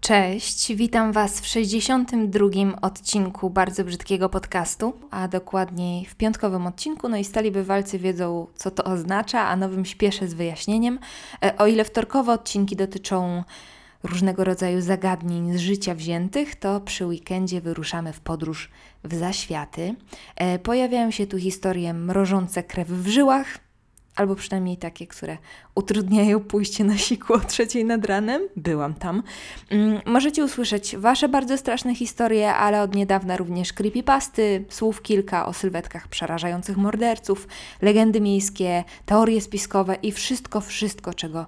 Cześć, witam Was w 62. odcinku Bardzo Brzydkiego Podcastu, a dokładniej w piątkowym odcinku. No i stali bywalcy wiedzą, co to oznacza, a nowym śpieszę z wyjaśnieniem. O ile wtorkowe odcinki dotyczą różnego rodzaju zagadnień z życia wziętych, to przy weekendzie wyruszamy w podróż w zaświaty. Pojawiają się tu historie mrożące krew w żyłach, albo przynajmniej takie, które utrudniają pójście na siku o 3:00 nad ranem. Byłam tam. Możecie usłyszeć Wasze bardzo straszne historie, ale od niedawna również creepypasty, słów kilka o sylwetkach przerażających morderców, legendy miejskie, teorie spiskowe i wszystko, czego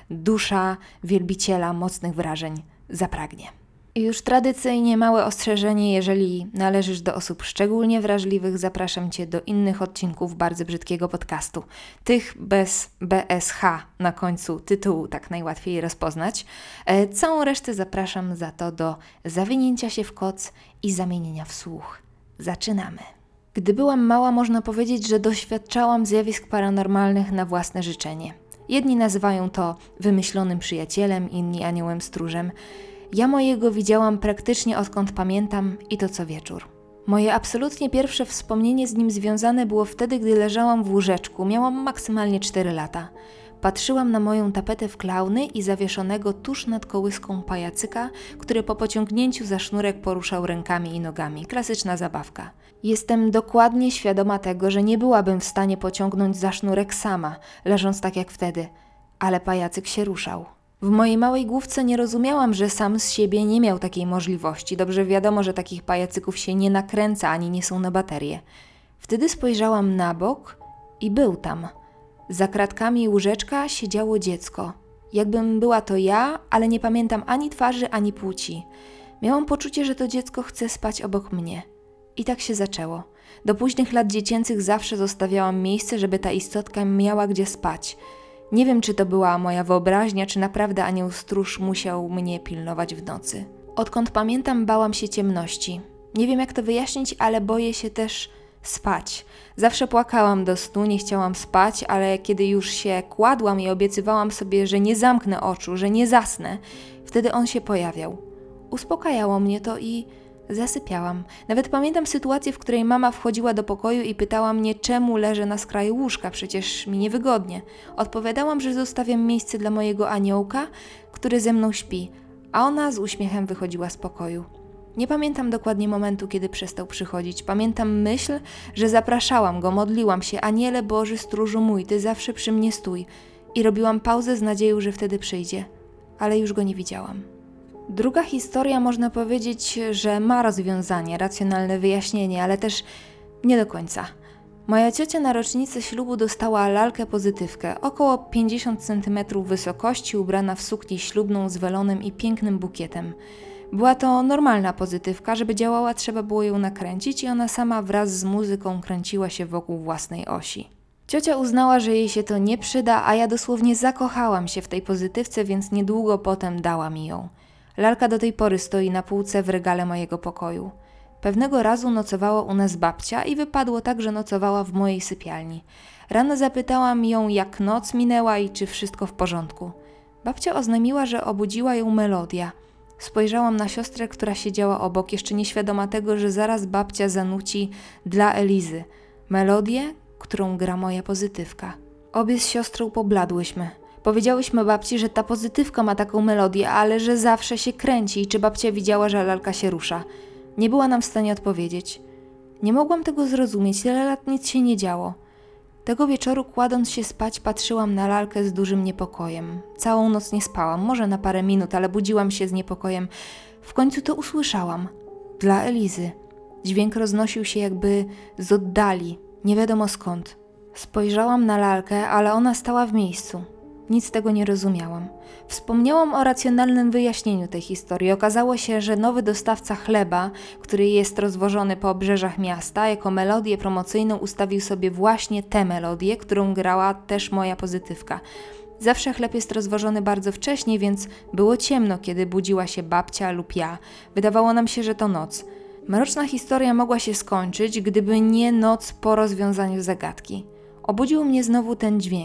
dusza wielbiciela mocnych wrażeń zapragnie. I już tradycyjnie małe ostrzeżenie, jeżeli należysz do osób szczególnie wrażliwych, zapraszam Cię do innych odcinków Bardzo Brzydkiego Podcastu. Tych bez BSH na końcu tytułu, tak najłatwiej rozpoznać. Całą resztę zapraszam za to do zawinięcia się w koc i zamienienia w słuch. Zaczynamy. Gdy byłam mała, można powiedzieć, że doświadczałam zjawisk paranormalnych na własne życzenie. Jedni nazywają to wymyślonym przyjacielem, inni aniołem stróżem. Ja mojego widziałam praktycznie odkąd pamiętam i to co wieczór. Moje absolutnie pierwsze wspomnienie z nim związane było wtedy, gdy leżałam w łóżeczku, miałam maksymalnie 4 lata. Patrzyłam na moją tapetę w klauny i zawieszonego tuż nad kołyską pajacyka, który po pociągnięciu za sznurek poruszał rękami i nogami. Klasyczna zabawka. Jestem dokładnie świadoma tego, że nie byłabym w stanie pociągnąć za sznurek sama, leżąc tak jak wtedy, ale pajacyk się ruszał. W mojej małej główce nie rozumiałam, że sam z siebie nie miał takiej możliwości. Dobrze wiadomo, że takich pajacyków się nie nakręca, ani nie są na baterię. Wtedy spojrzałam na bok i był tam. Za kratkami łóżeczka siedziało dziecko. Jakbym była to ja, ale nie pamiętam ani twarzy, ani płci. Miałam poczucie, że to dziecko chce spać obok mnie. I tak się zaczęło. Do późnych lat dziecięcych zawsze zostawiałam miejsce, żeby ta istotka miała gdzie spać. Nie wiem, czy to była moja wyobraźnia, czy naprawdę anioł stróż musiał mnie pilnować w nocy. Odkąd pamiętam, bałam się ciemności. Nie wiem, jak to wyjaśnić, ale boję się też spać. Zawsze płakałam do snu, nie chciałam spać, ale kiedy już się kładłam i obiecywałam sobie, że nie zamknę oczu, że nie zasnę, wtedy on się pojawiał. Uspokajało mnie to i zasypiałam. Nawet pamiętam sytuację, w której mama wchodziła do pokoju i pytała mnie, czemu leżę na skraju łóżka, przecież mi niewygodnie. Odpowiadałam, że zostawiam miejsce dla mojego aniołka, który ze mną śpi, a ona z uśmiechem wychodziła z pokoju. Nie pamiętam dokładnie momentu, kiedy przestał przychodzić. Pamiętam myśl, że zapraszałam go, modliłam się, aniele Boży, stróżu mój, ty zawsze przy mnie stój. I robiłam pauzę z nadzieją, że wtedy przyjdzie, ale już go nie widziałam. Druga historia, można powiedzieć, że ma rozwiązanie, racjonalne wyjaśnienie, ale też nie do końca. Moja ciocia na rocznicę ślubu dostała lalkę pozytywkę, około 50 cm wysokości, ubrana w suknię ślubną z welonem i pięknym bukietem. Była to normalna pozytywka, żeby działała trzeba było ją nakręcić i ona sama wraz z muzyką kręciła się wokół własnej osi. Ciocia uznała, że jej się to nie przyda, a ja dosłownie zakochałam się w tej pozytywce, więc niedługo potem dała mi ją. Lalka do tej pory stoi na półce w regale mojego pokoju. Pewnego razu nocowała u nas babcia i wypadło tak, że nocowała w mojej sypialni. Rano zapytałam ją, jak noc minęła i czy wszystko w porządku. Babcia oznajmiła, że obudziła ją melodia. Spojrzałam na siostrę, która siedziała obok, jeszcze nieświadoma tego, że zaraz babcia zanuci dla Elizy. Melodię, którą gra moja pozytywka. Obie z siostrą pobladłyśmy. Powiedziałyśmy babci, że ta pozytywka ma taką melodię, ale że zawsze się kręci i czy babcia widziała, że lalka się rusza. Nie była nam w stanie odpowiedzieć. Nie mogłam tego zrozumieć, tyle lat nic się nie działo. Tego wieczoru, kładąc się spać, patrzyłam na lalkę z dużym niepokojem. Całą noc nie spałam, może na parę minut, ale budziłam się z niepokojem. W końcu to usłyszałam. Dla Elizy. Dźwięk roznosił się jakby z oddali, nie wiadomo skąd. Spojrzałam na lalkę, ale ona stała w miejscu. Nic z tego nie rozumiałam. Wspomniałam o racjonalnym wyjaśnieniu tej historii. Okazało się, że nowy dostawca chleba, który jest rozwożony po obrzeżach miasta, jako melodię promocyjną ustawił sobie właśnie tę melodię, którą grała też moja pozytywka. Zawsze chleb jest rozwożony bardzo wcześnie, więc było ciemno, kiedy budziła się babcia lub ja. Wydawało nam się, że to noc. Mroczna historia mogła się skończyć, gdyby nie noc po rozwiązaniu zagadki. Obudził mnie znowu ten dźwięk.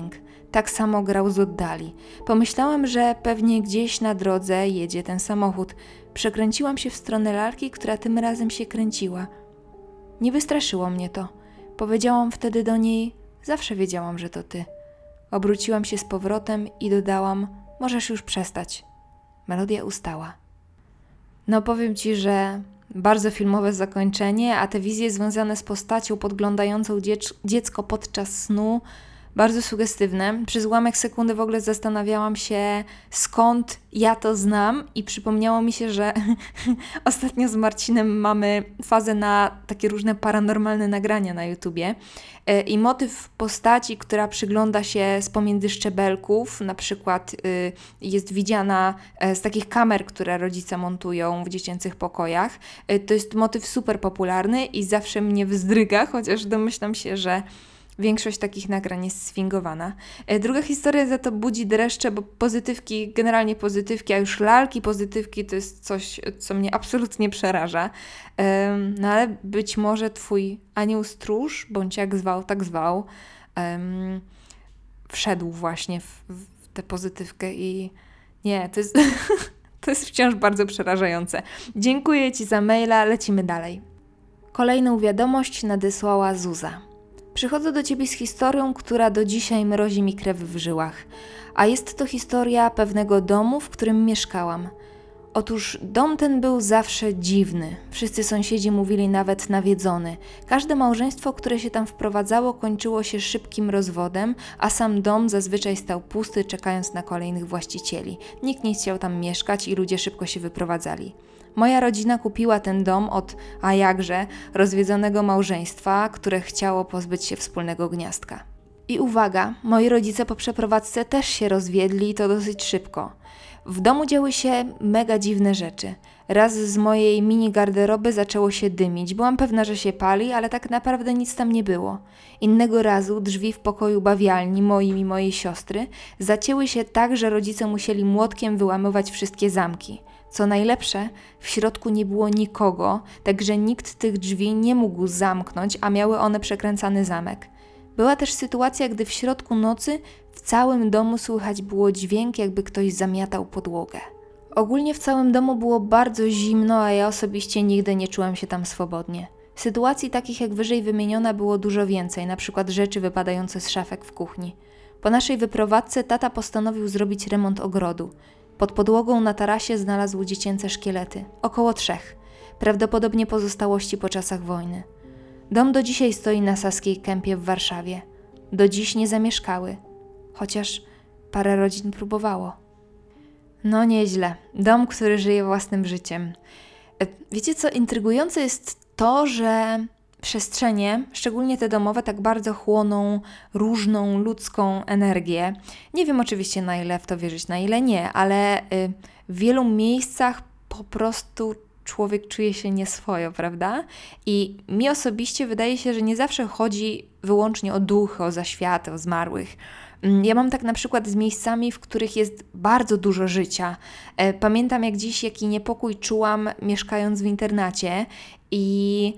tak samo grał z oddali. Pomyślałam, że pewnie gdzieś na drodze jedzie ten samochód. Przekręciłam się w stronę lalki, która tym razem się kręciła. Nie wystraszyło mnie to. Powiedziałam wtedy do niej: zawsze wiedziałam, że to ty. Obróciłam się z powrotem i dodałam: możesz już przestać. Melodia ustała. No powiem ci, że bardzo filmowe zakończenie, a te wizje związane z postacią podglądającą dziecko podczas snu bardzo sugestywne. Przez ułamek sekundy w ogóle zastanawiałam się, skąd ja to znam i przypomniało mi się, że ostatnio z Marcinem mamy fazę na takie różne paranormalne nagrania na YouTubie i motyw postaci, która przygląda się z pomiędzy szczebelków, na przykład jest widziana z takich kamer, które rodzice montują w dziecięcych pokojach. To jest motyw super popularny i zawsze mnie wzdryga, chociaż domyślam się, że większość takich nagrań jest sfingowana. Druga historia za to budzi dreszcze, bo pozytywki, generalnie pozytywki, a już lalki pozytywki to jest coś, co mnie absolutnie przeraża. No ale być może twój anioł stróż, bądź jak zwał, tak zwał, wszedł właśnie w tę pozytywkę i nie, to jest, to jest wciąż bardzo przerażające. Dziękuję ci za maila, lecimy dalej. Kolejną wiadomość nadesłała Zuza. Przychodzę do ciebie z historią, która do dzisiaj mrozi mi krew w żyłach. A jest to historia pewnego domu, w którym mieszkałam. Otóż dom ten był zawsze dziwny. Wszyscy sąsiedzi mówili nawet nawiedzony. Każde małżeństwo, które się tam wprowadzało, kończyło się szybkim rozwodem, a sam dom zazwyczaj stał pusty, czekając na kolejnych właścicieli. Nikt nie chciał tam mieszkać i ludzie szybko się wyprowadzali. Moja rodzina kupiła ten dom od, a jakże, rozwiedzonego małżeństwa, które chciało pozbyć się wspólnego gniazdka. I uwaga, moi rodzice po przeprowadzce też się rozwiedli i to dosyć szybko. W domu działy się mega dziwne rzeczy. Raz z mojej mini garderoby zaczęło się dymić. Byłam pewna, że się pali, ale tak naprawdę nic tam nie było. Innego razu drzwi w pokoju bawialni moim i mojej siostry zacięły się tak, że rodzice musieli młotkiem wyłamywać wszystkie zamki. Co najlepsze, w środku nie było nikogo, także nikt tych drzwi nie mógł zamknąć, a miały one przekręcany zamek. Była też sytuacja, gdy w środku nocy w całym domu słychać było dźwięk, jakby ktoś zamiatał podłogę. Ogólnie w całym domu było bardzo zimno, a ja osobiście nigdy nie czułam się tam swobodnie. Sytuacji takich jak wyżej wymieniona było dużo więcej, na przykład rzeczy wypadające z szafek w kuchni. Po naszej wyprowadzce tata postanowił zrobić remont ogrodu. Pod podłogą na tarasie znalazł dziecięce szkielety, około 3, prawdopodobnie pozostałości po czasach wojny. Dom do dzisiaj stoi na Saskiej Kępie w Warszawie. Do dziś nie zamieszkały, chociaż parę rodzin próbowało. No nieźle, dom, który żyje własnym życiem. Wiecie co, intrygujące jest to, że przestrzenie, szczególnie te domowe, tak bardzo chłoną różną ludzką energię. Nie wiem oczywiście, na ile w to wierzyć, na ile nie, ale w wielu miejscach po prostu człowiek czuje się nieswojo, prawda? I mi osobiście wydaje się, że nie zawsze chodzi wyłącznie o duchy, o zaświaty, o zmarłych. Ja mam tak na przykład z miejscami, w których jest bardzo dużo życia. Pamiętam jak dziś, jaki niepokój czułam mieszkając w internacie i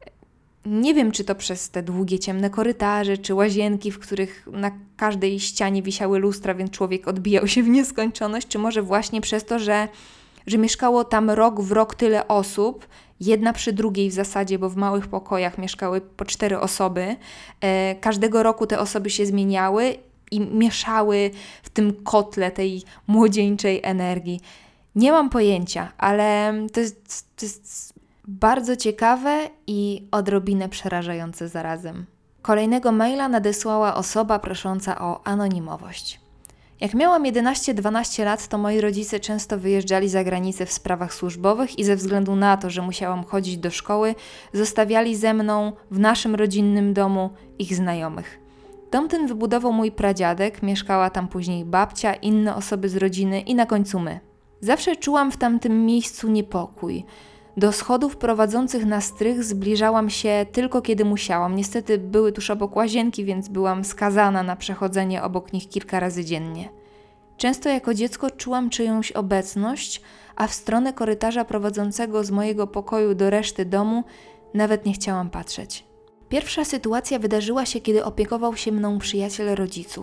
nie wiem, czy to przez te długie, ciemne korytarze, czy łazienki, w których na każdej ścianie wisiały lustra, więc człowiek odbijał się w nieskończoność, czy może właśnie przez to, że mieszkało tam rok w rok tyle osób, jedna przy drugiej w zasadzie, bo w małych pokojach mieszkały po 4 osoby. Każdego roku te osoby się zmieniały i mieszały w tym kotle tej młodzieńczej energii. Nie mam pojęcia, ale to jest bardzo ciekawe i odrobinę przerażające zarazem. Kolejnego maila nadesłała osoba prosząca o anonimowość. Jak miałam 11-12 lat, to moi rodzice często wyjeżdżali za granicę w sprawach służbowych i ze względu na to, że musiałam chodzić do szkoły, zostawiali ze mną w naszym rodzinnym domu ich znajomych. Dom ten wybudował mój pradziadek, mieszkała tam później babcia, inne osoby z rodziny i na końcu my. Zawsze czułam w tamtym miejscu niepokój. Do schodów prowadzących na strych zbliżałam się tylko kiedy musiałam. Niestety były tuż obok łazienki, więc byłam skazana na przechodzenie obok nich kilka razy dziennie. Często jako dziecko czułam czyjąś obecność, a w stronę korytarza prowadzącego z mojego pokoju do reszty domu nawet nie chciałam patrzeć. Pierwsza sytuacja wydarzyła się, kiedy opiekował się mną przyjaciel rodziców.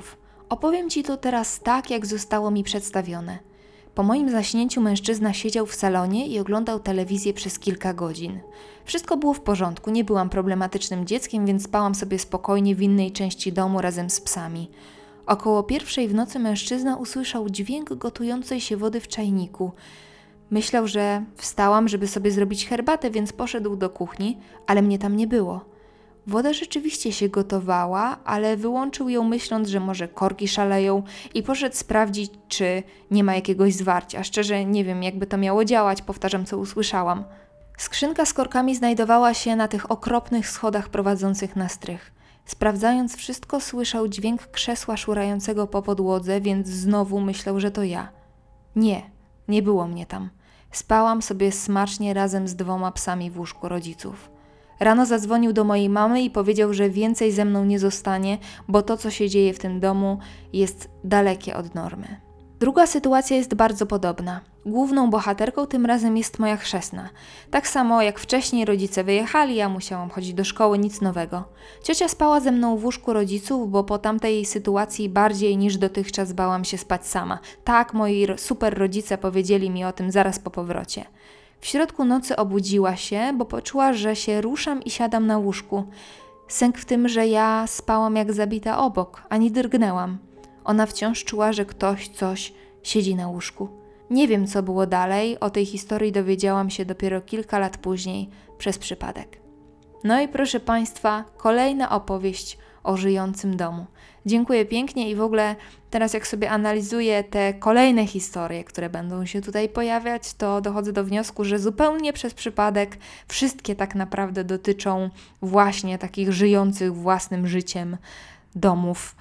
Opowiem Ci to teraz tak, jak zostało mi przedstawione. Po moim zaśnięciu mężczyzna siedział w salonie i oglądał telewizję przez kilka godzin. Wszystko było w porządku, nie byłam problematycznym dzieckiem, więc spałam sobie spokojnie w innej części domu razem z psami. Około 1:00 w nocy mężczyzna usłyszał dźwięk gotującej się wody w czajniku. Myślał, że wstałam, żeby sobie zrobić herbatę, więc poszedł do kuchni, ale mnie tam nie było. Woda rzeczywiście się gotowała, ale wyłączył ją myśląc, że może korki szaleją i poszedł sprawdzić, czy nie ma jakiegoś zwarcia. Szczerze nie wiem, jakby to miało działać, powtarzam, co usłyszałam. Skrzynka z korkami znajdowała się na tych okropnych schodach prowadzących na strych. Sprawdzając wszystko, słyszał dźwięk krzesła szurającego po podłodze, więc znowu myślał, że to ja. Nie było mnie tam. Spałam sobie smacznie razem z 2 psami w łóżku rodziców. Rano zadzwonił do mojej mamy i powiedział, że więcej ze mną nie zostanie, bo to, co się dzieje w tym domu, jest dalekie od normy. Druga sytuacja jest bardzo podobna. Główną bohaterką tym razem jest moja chrzestna. Tak samo jak wcześniej rodzice wyjechali, ja musiałam chodzić do szkoły, nic nowego. Ciocia spała ze mną w łóżku rodziców, bo po tamtej sytuacji bardziej niż dotychczas bałam się spać sama. Tak, moi super rodzice powiedzieli mi o tym zaraz po powrocie. W środku nocy obudziła się, bo poczuła, że się ruszam i siadam na łóżku. Sęk w tym, że ja spałam jak zabita obok, ani drgnęłam. Ona wciąż czuła, że ktoś coś siedzi na łóżku. Nie wiem, co było dalej, o tej historii dowiedziałam się dopiero kilka lat później przez przypadek. No i proszę Państwa, kolejna opowieść o żyjącym domu. Dziękuję pięknie i w ogóle teraz jak sobie analizuję te kolejne historie, które będą się tutaj pojawiać, to dochodzę do wniosku, że zupełnie przez przypadek wszystkie tak naprawdę dotyczą właśnie takich żyjących własnym życiem domów.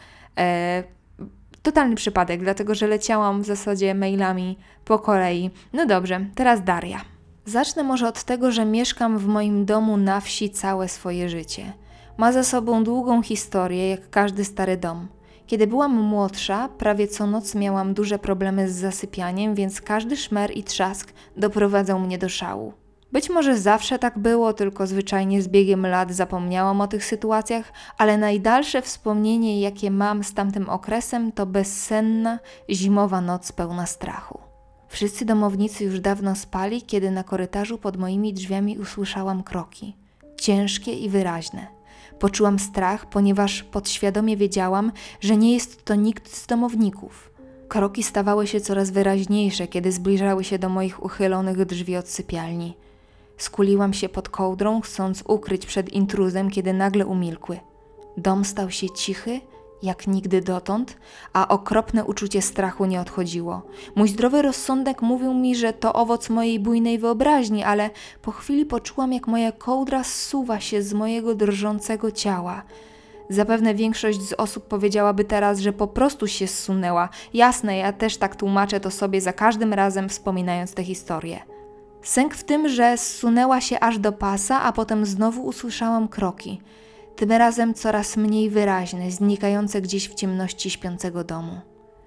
Totalny przypadek, dlatego że leciałam w zasadzie mailami po kolei. No dobrze, teraz Daria. Zacznę może od tego, że mieszkam w moim domu na wsi całe swoje życie. Ma za sobą długą historię, jak każdy stary dom. Kiedy byłam młodsza, prawie co noc miałam duże problemy z zasypianiem, więc każdy szmer i trzask doprowadzał mnie do szału. Być może zawsze tak było, tylko zwyczajnie z biegiem lat zapomniałam o tych sytuacjach, ale najdalsze wspomnienie, jakie mam z tamtym okresem, to bezsenna, zimowa noc pełna strachu. Wszyscy domownicy już dawno spali, kiedy na korytarzu pod moimi drzwiami usłyszałam kroki. Ciężkie i wyraźne. Poczułam strach, ponieważ podświadomie wiedziałam, że nie jest to nikt z domowników. Kroki stawały się coraz wyraźniejsze, kiedy zbliżały się do moich uchylonych drzwi od sypialni. Skuliłam się pod kołdrą, chcąc ukryć przed intruzem, kiedy nagle umilkły. Dom stał się cichy, jak nigdy dotąd, a okropne uczucie strachu nie odchodziło. Mój zdrowy rozsądek mówił mi, że to owoc mojej bujnej wyobraźni, ale po chwili poczułam, jak moja kołdra zsuwa się z mojego drżącego ciała. Zapewne większość z osób powiedziałaby teraz, że po prostu się zsunęła. Jasne, ja też tak tłumaczę to sobie za każdym razem, wspominając tę historię. Sęk w tym, że zsunęła się aż do pasa, a potem znowu usłyszałam kroki. Tym razem coraz mniej wyraźne, znikające gdzieś w ciemności śpiącego domu.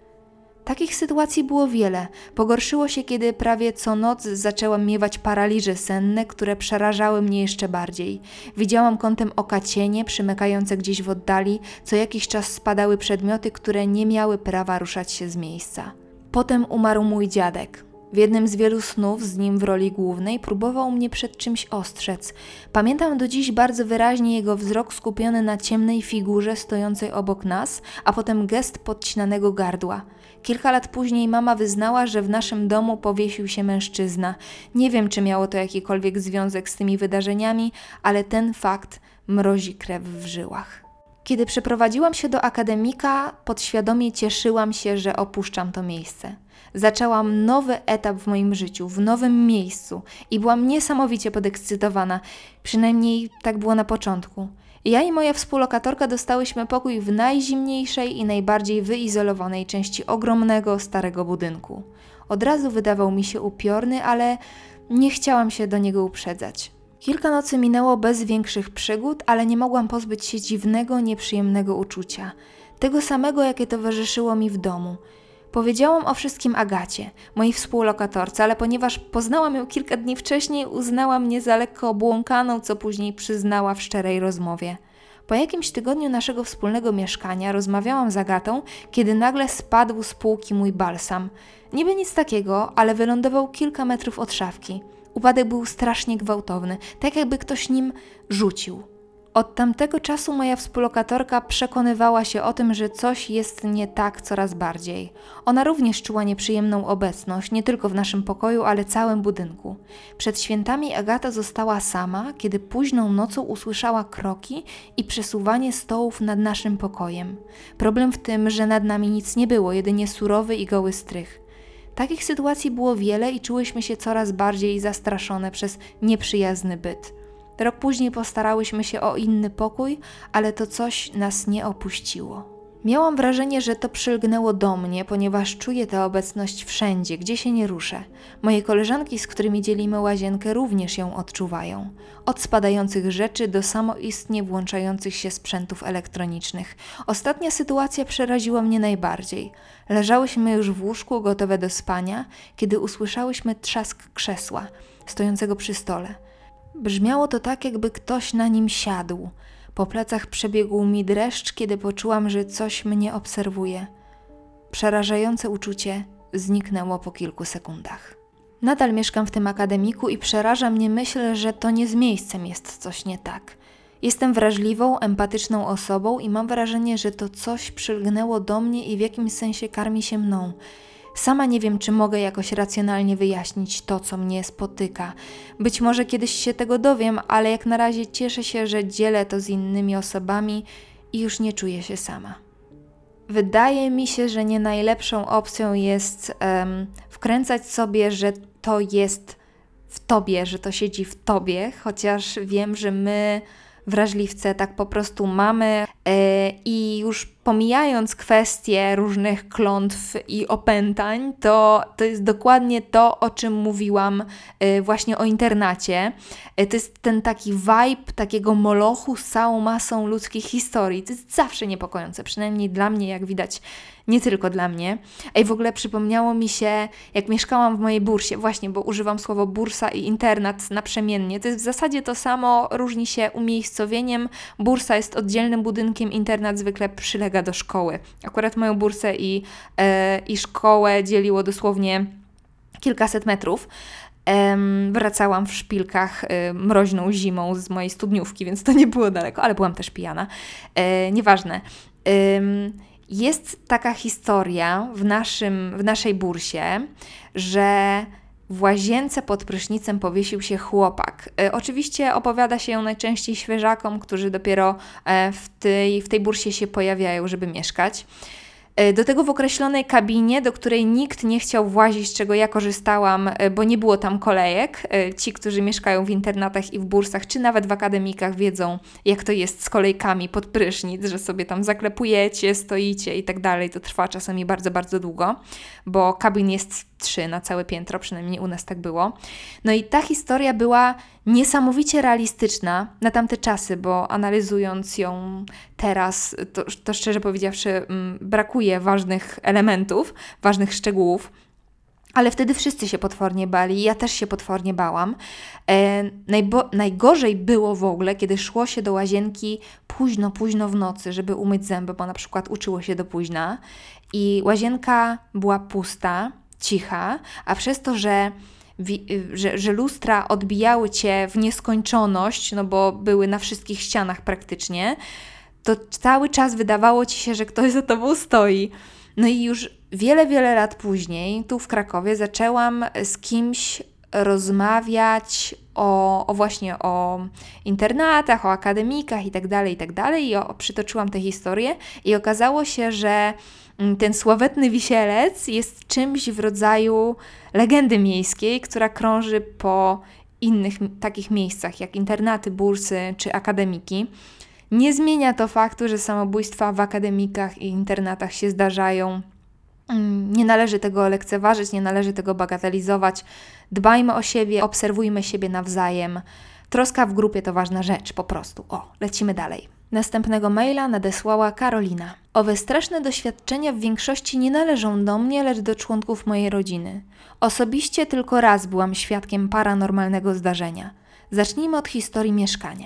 Takich sytuacji było wiele. Pogorszyło się, kiedy prawie co noc zaczęłam miewać paraliże senne, które przerażały mnie jeszcze bardziej. Widziałam kątem oka cienie przymykające gdzieś w oddali, co jakiś czas spadały przedmioty, które nie miały prawa ruszać się z miejsca. Potem umarł mój dziadek. W jednym z wielu snów z nim w roli głównej próbował mnie przed czymś ostrzec. Pamiętam do dziś bardzo wyraźnie jego wzrok skupiony na ciemnej figurze stojącej obok nas, a potem gest podcinanego gardła. Kilka lat później mama wyznała, że w naszym domu powiesił się mężczyzna. Nie wiem, czy miało to jakikolwiek związek z tymi wydarzeniami, ale ten fakt mrozi krew w żyłach. Kiedy przeprowadziłam się do akademika, podświadomie cieszyłam się, że opuszczam to miejsce. Zaczęłam nowy etap w moim życiu, w nowym miejscu i byłam niesamowicie podekscytowana, przynajmniej tak było na początku. Ja i moja współlokatorka dostałyśmy pokój w najzimniejszej i najbardziej wyizolowanej części ogromnego, starego budynku. Od razu wydawał mi się upiorny, ale nie chciałam się do niego uprzedzać. Kilka nocy minęło bez większych przygód, ale nie mogłam pozbyć się dziwnego, nieprzyjemnego uczucia. Tego samego, jakie towarzyszyło mi w domu. Powiedziałam o wszystkim Agacie, mojej współlokatorce, ale ponieważ poznałam ją kilka dni wcześniej, uznała mnie za lekko obłąkaną, co później przyznała w szczerej rozmowie. Po jakimś tygodniu naszego wspólnego mieszkania rozmawiałam z Agatą, kiedy nagle spadł z półki mój balsam. Niby nic takiego, ale wylądował kilka metrów od szafki. Upadek był strasznie gwałtowny, tak jakby ktoś nim rzucił. Od tamtego czasu moja współlokatorka przekonywała się o tym, że coś jest nie tak coraz bardziej. Ona również czuła nieprzyjemną obecność, nie tylko w naszym pokoju, ale całym budynku. Przed świętami Agata została sama, kiedy późną nocą usłyszała kroki i przesuwanie stołów nad naszym pokojem. Problem w tym, że nad nami nic nie było, jedynie surowy i goły strych. Takich sytuacji było wiele i czułyśmy się coraz bardziej zastraszone przez nieprzyjazny byt. Rok później postarałyśmy się o inny pokój, ale to coś nas nie opuściło. Miałam wrażenie, że to przylgnęło do mnie, ponieważ czuję tę obecność wszędzie, gdzie się nie ruszę. Moje koleżanki, z którymi dzielimy łazienkę, również ją odczuwają. Od spadających rzeczy do samoistnie włączających się sprzętów elektronicznych. Ostatnia sytuacja przeraziła mnie najbardziej. Leżałyśmy już w łóżku, gotowe do spania, kiedy usłyszałyśmy trzask krzesła, stojącego przy stole. Brzmiało to tak, jakby ktoś na nim siadł. Po plecach przebiegł mi dreszcz, kiedy poczułam, że coś mnie obserwuje. Przerażające uczucie zniknęło po kilku sekundach. Nadal mieszkam w tym akademiku i przeraża mnie myśl, że to nie z miejscem jest coś nie tak. Jestem wrażliwą, empatyczną osobą i mam wrażenie, że to coś przylgnęło do mnie i w jakimś sensie karmi się mną. Sama nie wiem, czy mogę jakoś racjonalnie wyjaśnić to, co mnie spotyka. Być może kiedyś się tego dowiem, ale jak na razie cieszę się, że dzielę to z innymi osobami i już nie czuję się sama. Wydaje mi się, że nie najlepszą opcją jest wkręcać sobie, że to jest w tobie, że to siedzi w tobie, chociaż wiem, że my wrażliwce tak po prostu mamy i już pomijając kwestie różnych klątw i opętań, to jest dokładnie to, o czym mówiłam właśnie o internacie. To jest ten taki vibe takiego molochu z całą masą ludzkich historii. To jest zawsze niepokojące, przynajmniej dla mnie, jak widać, nie tylko dla mnie. I w ogóle przypomniało mi się, jak mieszkałam w mojej bursie, właśnie, bo używam słowa bursa i internat naprzemiennie. To jest w zasadzie to samo, różni się umiejscowieniem. Bursa jest oddzielnym budynkiem, internat zwykle przylega do szkoły. Akurat moją bursę i szkołę dzieliło dosłownie kilkaset metrów. Wracałam w szpilkach mroźną zimą z mojej studniówki, więc to nie było daleko, ale byłam też pijana. Nieważne. Jest taka historia w naszej bursie, że w łazience pod prysznicem powiesił się chłopak. Oczywiście opowiada się ją najczęściej świeżakom, którzy dopiero w tej bursie się pojawiają, żeby mieszkać. Do tego w określonej kabinie, do której nikt nie chciał włazić, z czego ja korzystałam, bo nie było tam kolejek. Ci, którzy mieszkają w internatach i w bursach, czy nawet w akademikach, wiedzą, jak to jest z kolejkami pod prysznic, że sobie tam zaklepujecie, stoicie i tak dalej. To trwa czasami bardzo, bardzo długo, bo kabin jest 3 na całe piętro, przynajmniej u nas tak było. No i ta historia była niesamowicie realistyczna na tamte czasy, bo analizując ją teraz, to szczerze powiedziawszy brakuje ważnych elementów, ważnych szczegółów, ale wtedy wszyscy się potwornie bali, ja też się potwornie bałam. Najgorzej było w ogóle, kiedy szło się do łazienki późno w nocy, żeby umyć zęby, bo na przykład uczyło się do późna i łazienka była pusta, cicha, a przez to, że lustra odbijały Cię w nieskończoność, no bo były na wszystkich ścianach praktycznie, to cały czas wydawało Ci się, że ktoś za Tobą stoi. No i już wiele lat później, tu w Krakowie, zaczęłam z kimś rozmawiać właśnie o internatach, o akademikach i tak dalej, i przytoczyłam tę historię i okazało się, że ten sławetny Wisielec jest czymś w rodzaju legendy miejskiej, która krąży po innych takich miejscach, jak internaty, bursy czy akademiki. Nie zmienia to faktu, że samobójstwa w akademikach i internatach się zdarzają. Nie należy tego lekceważyć, nie należy tego bagatelizować. Dbajmy o siebie, obserwujmy siebie nawzajem. Troska w grupie to ważna rzecz, po prostu. Lecimy dalej. Następnego maila nadesłała Karolina. Owe straszne doświadczenia w większości nie należą do mnie, lecz do członków mojej rodziny. Osobiście tylko raz byłam świadkiem paranormalnego zdarzenia. Zacznijmy od historii mieszkania.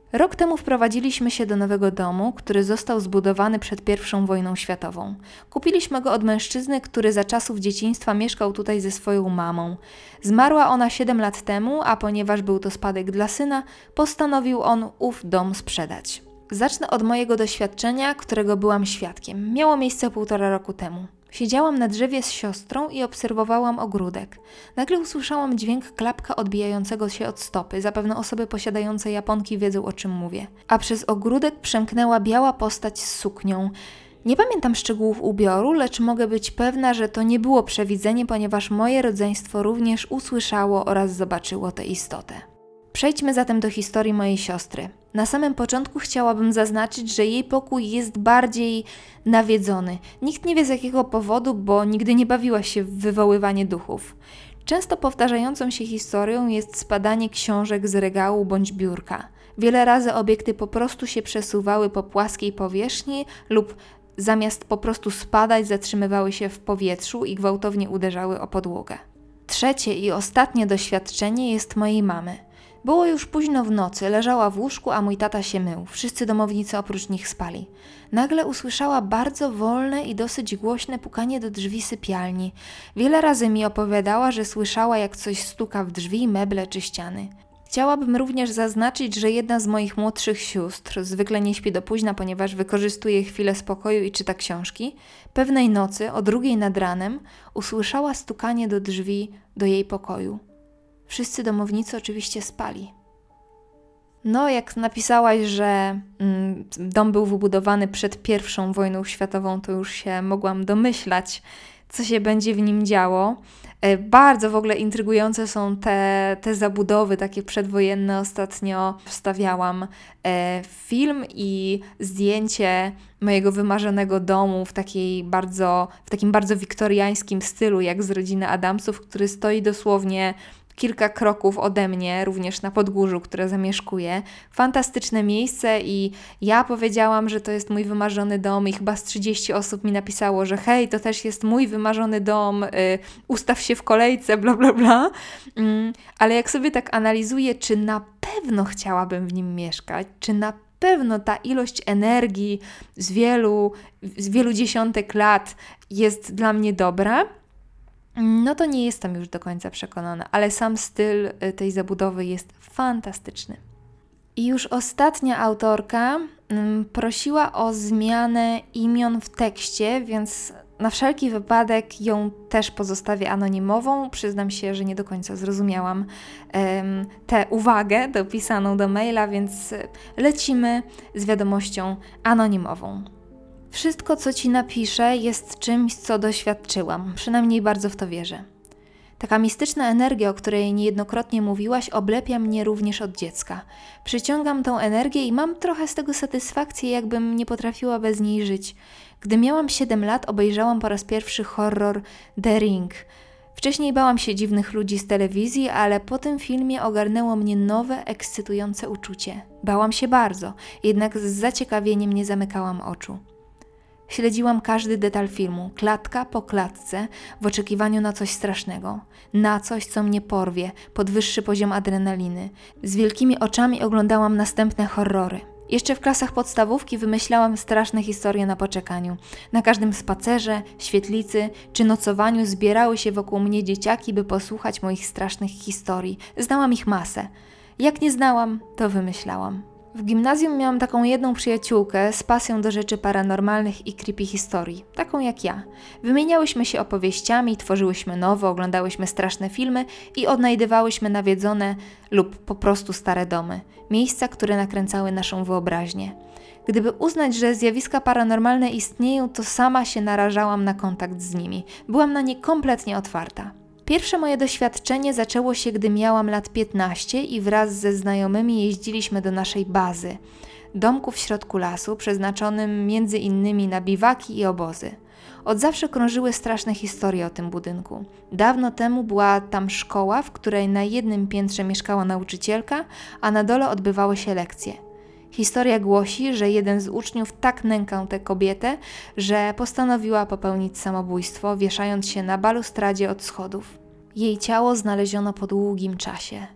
Rok temu wprowadziliśmy się do nowego domu, który został zbudowany przed I wojną światową. Kupiliśmy go od mężczyzny, który za czasów dzieciństwa mieszkał tutaj ze swoją mamą. Zmarła ona 7 lat temu, a ponieważ był to spadek dla syna, postanowił on ów dom sprzedać. Zacznę od mojego doświadczenia, którego byłam świadkiem. Miało miejsce 1,5 roku temu. Siedziałam na drzewie z siostrą i obserwowałam ogródek. Nagle usłyszałam dźwięk klapka odbijającego się od stopy. Zapewne osoby posiadające japonki wiedzą, o czym mówię. A przez ogródek przemknęła biała postać z suknią. Nie pamiętam szczegółów ubioru, lecz mogę być pewna, że to nie było przewidzenie, ponieważ moje rodzeństwo również usłyszało oraz zobaczyło tę istotę. Przejdźmy zatem do historii mojej siostry. Na samym początku chciałabym zaznaczyć, że jej pokój jest bardziej nawiedzony. Nikt nie wie z jakiego powodu, bo nigdy nie bawiła się w wywoływanie duchów. Często powtarzającą się historią jest spadanie książek z regału bądź biurka. Wiele razy obiekty po prostu się przesuwały po płaskiej powierzchni lub zamiast po prostu spadać, zatrzymywały się w powietrzu i gwałtownie uderzały o podłogę. Trzecie i ostatnie doświadczenie jest mojej mamy. Było już późno w nocy, leżała w łóżku, a mój tata się mył. Wszyscy domownicy oprócz nich spali. Nagle usłyszała bardzo wolne i dosyć głośne pukanie do drzwi sypialni. Wiele razy mi opowiadała, że słyszała, jak coś stuka w drzwi, meble czy ściany. Chciałabym również zaznaczyć, że jedna z moich młodszych sióstr zwykle nie śpi do późna, ponieważ wykorzystuje chwilę spokoju i czyta książki. Pewnej nocy, o 2:00 nad ranem, usłyszała stukanie do drzwi do jej pokoju. Wszyscy domownicy oczywiście spali. No, jak napisałaś, że dom był wybudowany przed I wojną światową, to już się mogłam domyślać, co się będzie w nim działo. Bardzo w ogóle intrygujące są te zabudowy takie przedwojenne. Ostatnio wstawiałam film i zdjęcie mojego wymarzonego domu w takim bardzo wiktoriańskim stylu, jak z rodziny Adamsów, który stoi dosłownie kilka kroków ode mnie, również na Podgórzu, które zamieszkuję. Fantastyczne miejsce i ja powiedziałam, że to jest mój wymarzony dom i chyba z 30 osób mi napisało, że hej, to też jest mój wymarzony dom, ustaw się w kolejce, bla bla bla. Ale jak sobie tak analizuję, czy na pewno chciałabym w nim mieszkać, czy na pewno ta ilość energii z wielu dziesiątek lat jest dla mnie dobra, no to nie jestem już do końca przekonana, ale sam styl tej zabudowy jest fantastyczny. I już ostatnia autorka prosiła o zmianę imion w tekście, więc na wszelki wypadek ją też pozostawię anonimową. Przyznam się, że nie do końca zrozumiałam tę uwagę dopisaną do maila, więc lecimy z wiadomością anonimową. Wszystko, co Ci napiszę, jest czymś, co doświadczyłam. Przynajmniej bardzo w to wierzę. Taka mistyczna energia, o której niejednokrotnie mówiłaś, oblepia mnie również od dziecka. Przyciągam tą energię i mam trochę z tego satysfakcję, jakbym nie potrafiła bez niej żyć. Gdy miałam 7 lat, obejrzałam po raz pierwszy horror The Ring. Wcześniej bałam się dziwnych ludzi z telewizji, ale po tym filmie ogarnęło mnie nowe, ekscytujące uczucie. Bałam się bardzo, jednak z zaciekawieniem nie zamykałam oczu. Śledziłam każdy detal filmu, klatka po klatce, w oczekiwaniu na coś strasznego, na coś, co mnie porwie, pod wyższy poziom adrenaliny. Z wielkimi oczami oglądałam następne horrory. Jeszcze w klasach podstawówki wymyślałam straszne historie na poczekaniu. Na każdym spacerze, świetlicy czy nocowaniu zbierały się wokół mnie dzieciaki, by posłuchać moich strasznych historii. Znałam ich masę. Jak nie znałam, to wymyślałam. W gimnazjum miałam taką jedną przyjaciółkę z pasją do rzeczy paranormalnych i creepy historii, taką jak ja. Wymieniałyśmy się opowieściami, tworzyłyśmy nowe, oglądałyśmy straszne filmy i odnajdywałyśmy nawiedzone lub po prostu stare domy, miejsca, które nakręcały naszą wyobraźnię. Gdyby uznać, że zjawiska paranormalne istnieją, to sama się narażałam na kontakt z nimi. Byłam na nie kompletnie otwarta. Pierwsze moje doświadczenie zaczęło się, gdy miałam lat 15 i wraz ze znajomymi jeździliśmy do naszej bazy, domku w środku lasu, przeznaczonym między innymi na biwaki i obozy. Od zawsze krążyły straszne historie o tym budynku. Dawno temu była tam szkoła, w której na jednym piętrze mieszkała nauczycielka, a na dole odbywały się lekcje. Historia głosi, że jeden z uczniów tak nękał tę kobietę, że postanowiła popełnić samobójstwo, wieszając się na balustradzie od schodów. Jej ciało znaleziono po długim czasie.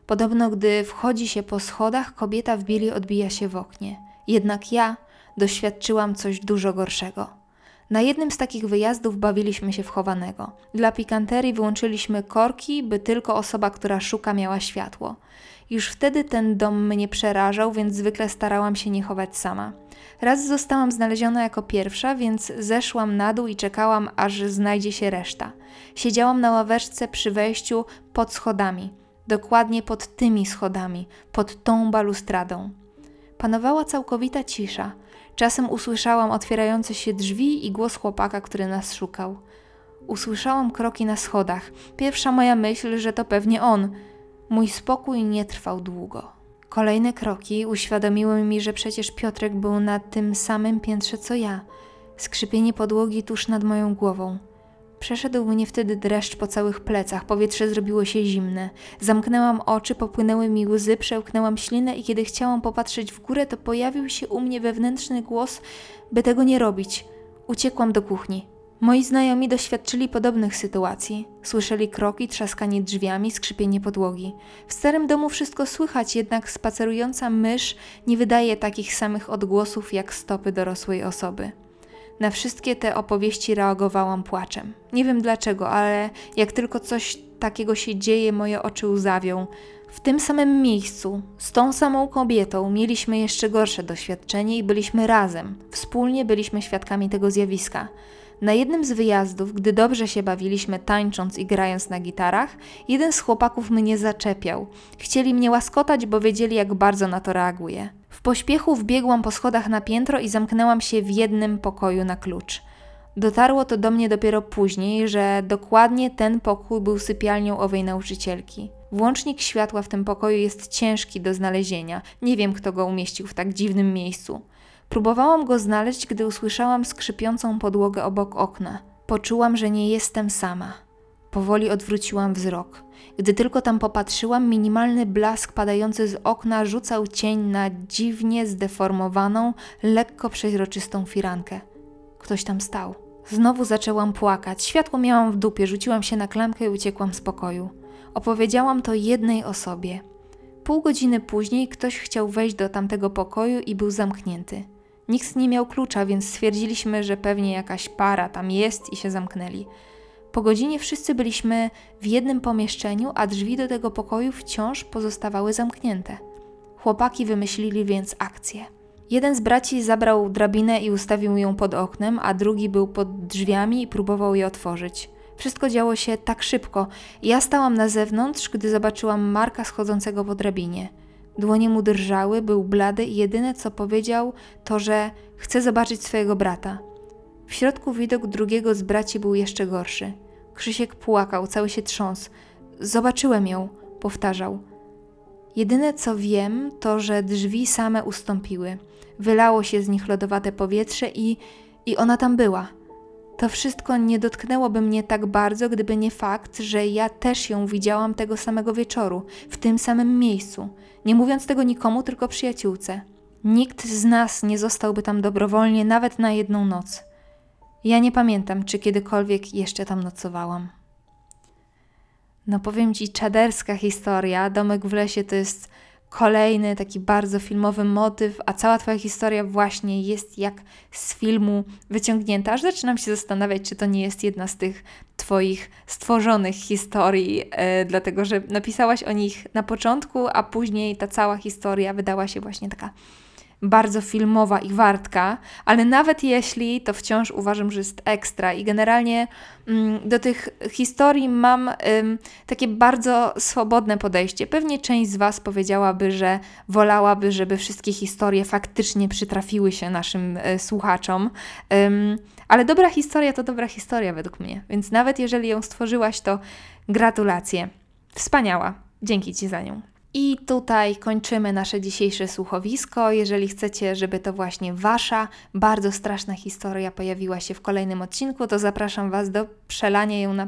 Podobno gdy wchodzi się po schodach, kobieta w bieli odbija się w oknie. Jednak ja doświadczyłam coś dużo gorszego. Na jednym z takich wyjazdów bawiliśmy się w chowanego. Dla pikanterii wyłączyliśmy korki, by tylko osoba, która szuka, miała światło. Już wtedy ten dom mnie przerażał, więc zwykle starałam się nie chować sama. Raz zostałam znaleziona jako pierwsza, więc zeszłam na dół i czekałam, aż znajdzie się reszta. Siedziałam na ławeczce przy wejściu pod schodami. Dokładnie pod tymi schodami, pod tą balustradą. Panowała całkowita cisza. Czasem usłyszałam otwierające się drzwi i głos chłopaka, który nas szukał. Usłyszałam kroki na schodach. Pierwsza moja myśl, że to pewnie on. Mój spokój nie trwał długo. Kolejne kroki uświadomiły mi, że przecież Piotrek był na tym samym piętrze co ja. Skrzypienie podłogi tuż nad moją głową. Przeszedł mnie wtedy dreszcz po całych plecach, powietrze zrobiło się zimne. Zamknęłam oczy, popłynęły mi łzy, przełknęłam ślinę i kiedy chciałam popatrzeć w górę, to pojawił się u mnie wewnętrzny głos, by tego nie robić. Uciekłam do kuchni. Moi znajomi doświadczyli podobnych sytuacji. Słyszeli kroki, trzaskanie drzwiami, skrzypienie podłogi. W starym domu wszystko słychać, jednak spacerująca mysz nie wydaje takich samych odgłosów jak stopy dorosłej osoby. Na wszystkie te opowieści reagowałam płaczem. Nie wiem dlaczego, ale jak tylko coś takiego się dzieje, moje oczy łzawią. W tym samym miejscu, z tą samą kobietą, mieliśmy jeszcze gorsze doświadczenie i byliśmy razem. Wspólnie byliśmy świadkami tego zjawiska. Na jednym z wyjazdów, gdy dobrze się bawiliśmy tańcząc i grając na gitarach, jeden z chłopaków mnie zaczepiał. Chcieli mnie łaskotać, bo wiedzieli, jak bardzo na to reaguję. W pośpiechu wbiegłam po schodach na piętro i zamknęłam się w jednym pokoju na klucz. Dotarło to do mnie dopiero później, że dokładnie ten pokój był sypialnią owej nauczycielki. Włącznik światła w tym pokoju jest ciężki do znalezienia. Nie wiem, kto go umieścił w tak dziwnym miejscu. Próbowałam go znaleźć, gdy usłyszałam skrzypiącą podłogę obok okna. Poczułam, że nie jestem sama. Powoli odwróciłam wzrok. Gdy tylko tam popatrzyłam, minimalny blask padający z okna rzucał cień na dziwnie zdeformowaną, lekko przeźroczystą firankę. Ktoś tam stał. Znowu zaczęłam płakać. Światło miałam w dupie, rzuciłam się na klamkę i uciekłam z pokoju. Opowiedziałam to jednej osobie. Pół godziny później ktoś chciał wejść do tamtego pokoju i był zamknięty. Nikt nie miał klucza, więc stwierdziliśmy, że pewnie jakaś para tam jest i się zamknęli. Po godzinie wszyscy byliśmy w jednym pomieszczeniu, a drzwi do tego pokoju wciąż pozostawały zamknięte. Chłopaki wymyślili więc akcję. Jeden z braci zabrał drabinę i ustawił ją pod oknem, a drugi był pod drzwiami i próbował je otworzyć. Wszystko działo się tak szybko. Ja stałam na zewnątrz, gdy zobaczyłam Marka schodzącego po drabinie. Dłonie mu drżały, był blady i jedyne co powiedział to, że chce zobaczyć swojego brata. W środku widok drugiego z braci był jeszcze gorszy. Krzysiek płakał, cały się trząsł. Zobaczyłem ją, powtarzał. Jedyne co wiem, to że drzwi same ustąpiły. Wylało się z nich lodowate powietrze i ona tam była. To wszystko nie dotknęłoby mnie tak bardzo, gdyby nie fakt, że ja też ją widziałam tego samego wieczoru, w tym samym miejscu, nie mówiąc tego nikomu, tylko przyjaciółce. Nikt z nas nie zostałby tam dobrowolnie nawet na jedną noc. Ja nie pamiętam, czy kiedykolwiek jeszcze tam nocowałam. No powiem Ci, czaderska historia. Domek w lesie to jest kolejny taki bardzo filmowy motyw, a cała Twoja historia właśnie jest jak z filmu wyciągnięta. Aż zaczynam się zastanawiać, czy to nie jest jedna z tych Twoich stworzonych historii, dlatego że napisałaś o nich na początku, a później ta cała historia wydała się właśnie taka bardzo filmowa i wartka, ale nawet jeśli, to wciąż uważam, że jest ekstra i generalnie do tych historii mam takie bardzo swobodne podejście. Pewnie część z Was powiedziałaby, że wolałaby, żeby wszystkie historie faktycznie przytrafiły się naszym słuchaczom, ale dobra historia to dobra historia według mnie, więc nawet jeżeli ją stworzyłaś, to gratulacje. Wspaniała. Dzięki Ci za nią. I tutaj kończymy nasze dzisiejsze słuchowisko. Jeżeli chcecie, żeby to właśnie Wasza bardzo straszna historia pojawiła się w kolejnym odcinku, to zapraszam Was do przelania ją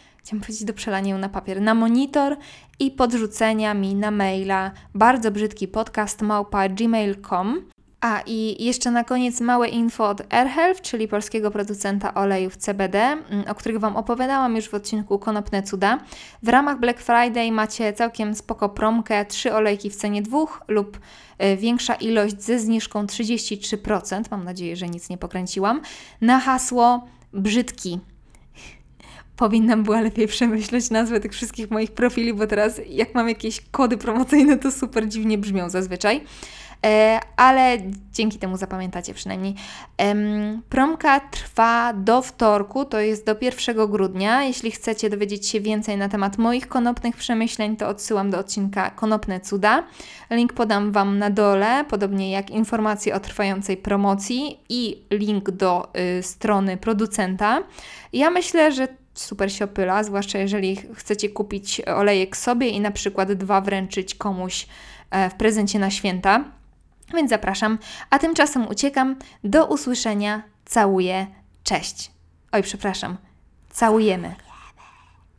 na papier, na monitor i podrzucenia mi na maila bardzo brzydki podcast @gmail.com. A i jeszcze na koniec małe info od AirHealth, czyli polskiego producenta olejów CBD, o których Wam opowiadałam już w odcinku Konopne Cuda. W ramach Black Friday macie całkiem spoko promkę, 3 olejki w cenie 2 lub większa ilość ze zniżką 33%. Mam nadzieję, że nic nie pokręciłam. Na hasło brzydki. Powinnam była lepiej przemyśleć nazwę tych wszystkich moich profili, bo teraz jak mam jakieś kody promocyjne, to super dziwnie brzmią zazwyczaj. Ale dzięki temu zapamiętacie przynajmniej. Promka trwa do wtorku, to jest do 1 grudnia. Jeśli chcecie dowiedzieć się więcej na temat moich konopnych przemyśleń, to odsyłam do odcinka Konopne Cuda. Link podam Wam na dole, podobnie jak informacje o trwającej promocji i link do strony producenta. Ja myślę, że super się opyla, zwłaszcza jeżeli chcecie kupić olejek sobie i na przykład 2 wręczyć komuś w prezencie na święta. Więc zapraszam, a tymczasem uciekam. Do usłyszenia. Całuję. Cześć. Oj, przepraszam. Całujemy.